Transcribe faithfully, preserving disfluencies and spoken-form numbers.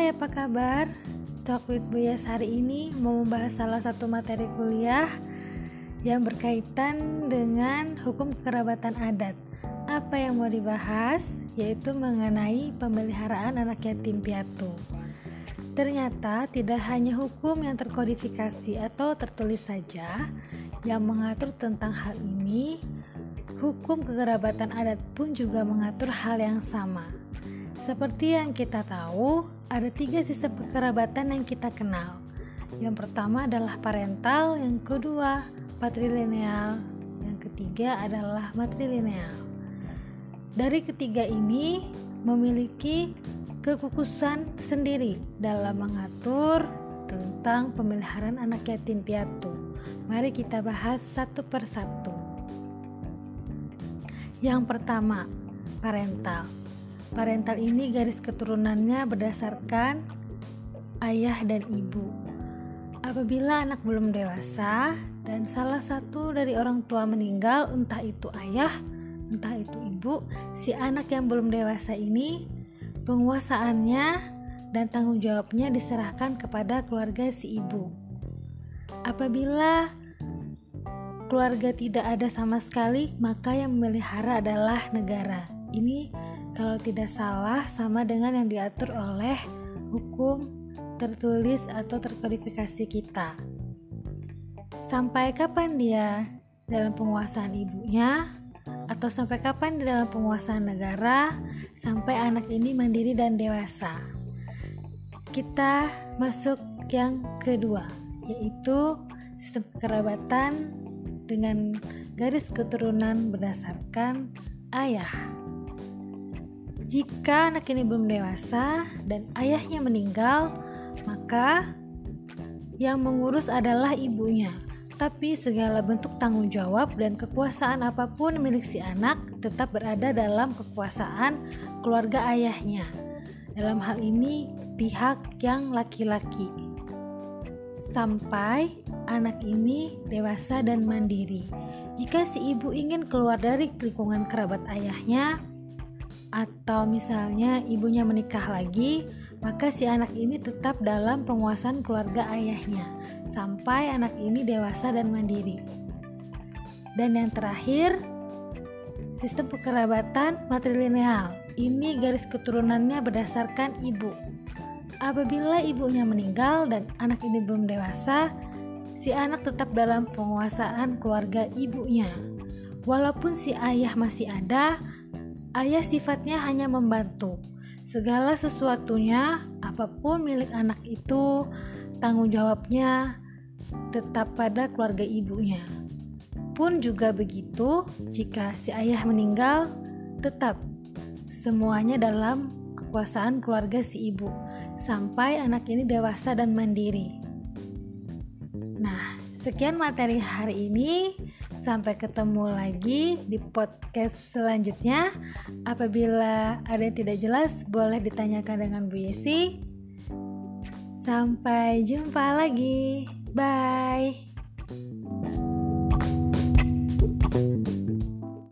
Hai, apa kabar? Talk with Bu Yas hari ini mau membahas salah satu materi kuliah yang berkaitan dengan hukum kekerabatan adat. Apa yang mau dibahas? Yaitu mengenai pemeliharaan anak yatim piatu. Ternyata tidak hanya hukum yang terkodifikasi atau tertulis saja yang mengatur tentang hal ini, hukum kekerabatan adat pun juga mengatur hal yang sama. Seperti yang kita tahu, ada tiga sistem kekerabatan yang kita kenal. Yang pertama adalah parental, yang kedua patrilineal, yang ketiga adalah matrilineal. Dari ketiga ini memiliki kekhususan sendiri dalam mengatur tentang pemeliharaan anak yatim piatu. Mari kita bahas satu persatu. Yang pertama, parental. Parental ini garis keturunannya berdasarkan ayah dan ibu. Apabila anak belum dewasa dan salah satu dari orang tua meninggal, entah itu ayah, entah itu ibu, si anak yang belum dewasa ini penguasaannya dan tanggung jawabnya diserahkan kepada keluarga si ibu. Apabila keluarga tidak ada sama sekali, maka yang memelihara adalah negara. Ini kalau tidak salah sama dengan yang diatur oleh hukum tertulis atau terkodifikasi kita. Sampai kapan dia dalam penguasaan ibunya, atau sampai kapan di dalam penguasaan negara, sampai anak ini mandiri dan dewasa. Kita masuk yang kedua, yaitu sistem kekerabatan dengan garis keturunan berdasarkan ayah. Jika anak ini belum dewasa dan ayahnya meninggal, maka yang mengurus adalah ibunya. Tapi segala bentuk tanggung jawab dan kekuasaan apapun milik si anak tetap berada dalam kekuasaan keluarga ayahnya. Dalam hal ini pihak yang laki-laki. Sampai anak ini dewasa dan mandiri. Jika si ibu ingin keluar dari lingkungan kerabat ayahnya, atau misalnya ibunya menikah lagi, maka si anak ini tetap dalam penguasaan keluarga ayahnya sampai anak ini dewasa dan mandiri. Dan yang terakhir, sistem kekerabatan matrilineal. Ini garis keturunannya berdasarkan ibu. Apabila ibunya meninggal dan anak ini belum dewasa, si anak tetap dalam penguasaan keluarga ibunya. Walaupun si ayah masih ada, ayah sifatnya hanya membantu. Segala sesuatunya, apapun milik anak itu, tanggung jawabnya tetap pada keluarga ibunya. Pun juga begitu, jika si ayah meninggal, tetap semuanya dalam kekuasaan keluarga si ibu, sampai anak ini dewasa dan mandiri. Nah, sekian materi hari ini. Sampai ketemu lagi di podcast selanjutnya. Apabila ada yang tidak jelas, boleh ditanyakan dengan Bu Yesi. Sampai jumpa lagi. Bye.